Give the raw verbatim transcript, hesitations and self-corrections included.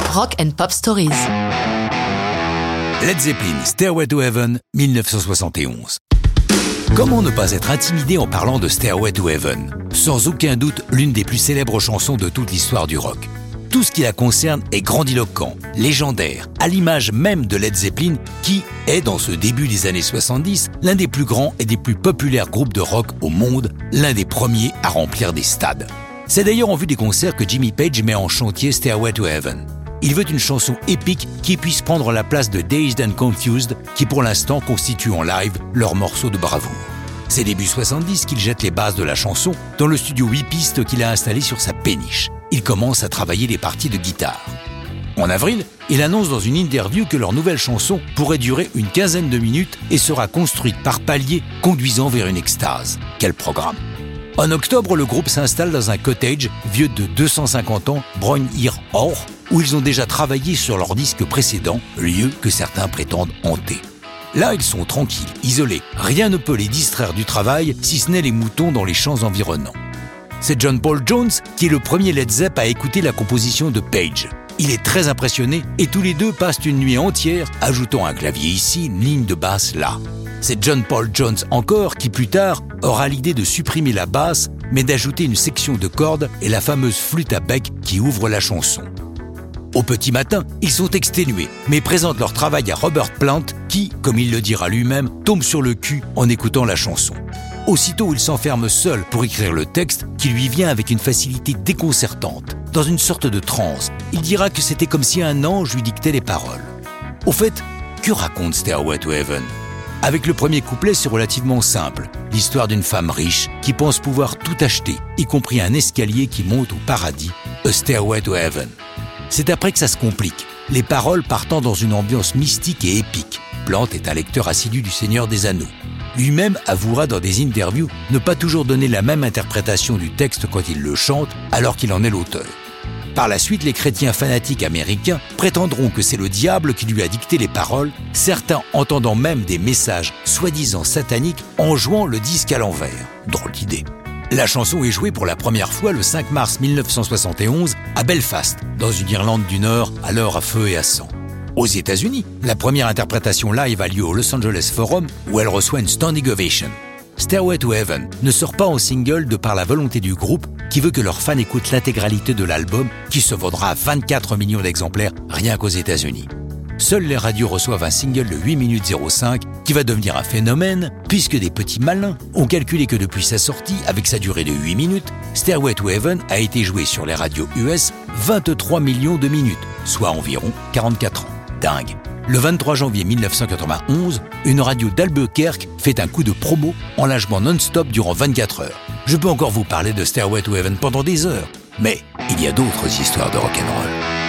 Rock and Pop Stories. Led Zeppelin, Stairway to Heaven, dix-neuf cent soixante et onze. Comment ne pas être intimidé en parlant de Stairway to Heaven ? Sans aucun doute, l'une des plus célèbres chansons de toute l'histoire du rock. Tout ce qui la concerne est grandiloquent, légendaire, à l'image même de Led Zeppelin, qui est, dans ce début des années soixante-dix, l'un des plus grands et des plus populaires groupes de rock au monde, l'un des premiers à remplir des stades. C'est d'ailleurs en vue des concerts que Jimmy Page met en chantier Stairway to Heaven. Il veut une chanson épique qui puisse prendre la place de Dazed and Confused, qui pour l'instant constitue en live leur morceau de bravoure. C'est début soixante-dix qu'il jette les bases de la chanson dans le studio huit pistes qu'il a installé sur sa péniche. Il commence à travailler les parties de guitare. En avril, il annonce dans une interview que leur nouvelle chanson pourrait durer une quinzaine de minutes et sera construite par paliers conduisant vers une extase. Quel programme! En octobre, le groupe s'installe dans un cottage vieux de deux cent cinquante ans, Broyn-ir Hor, où ils ont déjà travaillé sur leur disque précédent, lieu que certains prétendent hanté. Là, ils sont tranquilles, isolés. Rien ne peut les distraire du travail, si ce n'est les moutons dans les champs environnants. C'est John Paul Jones qui est le premier Led Zepp à écouter la composition de Page. Il est très impressionné et tous les deux passent une nuit entière, ajoutant un clavier ici, une ligne de basse là. C'est John Paul Jones encore qui, plus tard, aura l'idée de supprimer la basse, mais d'ajouter une section de cordes et la fameuse flûte à bec qui ouvre la chanson. Au petit matin, ils sont exténués, mais présentent leur travail à Robert Plant qui, comme il le dira lui-même, tombe sur le cul en écoutant la chanson. Aussitôt, il s'enferme seul pour écrire le texte qui lui vient avec une facilité déconcertante. Dans une sorte de transe, il dira que c'était comme si un ange lui dictait les paroles. Au fait, que raconte Stairway to Heaven ? Avec le premier couplet, c'est relativement simple. L'histoire d'une femme riche qui pense pouvoir tout acheter, y compris un escalier qui monte au paradis, A Stairway to Heaven. C'est après que ça se complique, les paroles partant dans une ambiance mystique et épique. Plant est un lecteur assidu du Seigneur des Anneaux. Lui-même avouera dans des interviews ne pas toujours donner la même interprétation du texte quand il le chante, alors qu'il en est l'auteur. Par la suite, les chrétiens fanatiques américains prétendront que c'est le diable qui lui a dicté les paroles, certains entendant même des messages soi-disant sataniques en jouant le disque à l'envers. Drôle d'idée. La chanson est jouée pour la première fois le cinq mars mille neuf cent soixante et onze à Belfast, dans une Irlande du Nord, alors à feu et à sang. Aux États-Unis, la première interprétation live a lieu au Los Angeles Forum, où elle reçoit une standing ovation. Stairway to Heaven ne sort pas en single de par la volonté du groupe qui veut que leurs fans écoutent l'intégralité de l'album qui se vendra à vingt-quatre millions d'exemplaires rien qu'aux États-Unis. Seules les radios reçoivent un single de huit minutes zéro cinq qui va devenir un phénomène puisque des petits malins ont calculé que depuis sa sortie, avec sa durée de huit minutes, Stairway to Heaven a été joué sur les radios U S vingt-trois millions de minutes, soit environ quarante-quatre ans. Dingue. Le vingt-trois janvier mille neuf cent quatre-vingt-onze, une radio d'Albuquerque fait un coup de promo en la jouant non-stop durant vingt-quatre heures. Je peux encore vous parler de Stairway to Heaven pendant des heures, mais il y a d'autres histoires de rock'n'roll.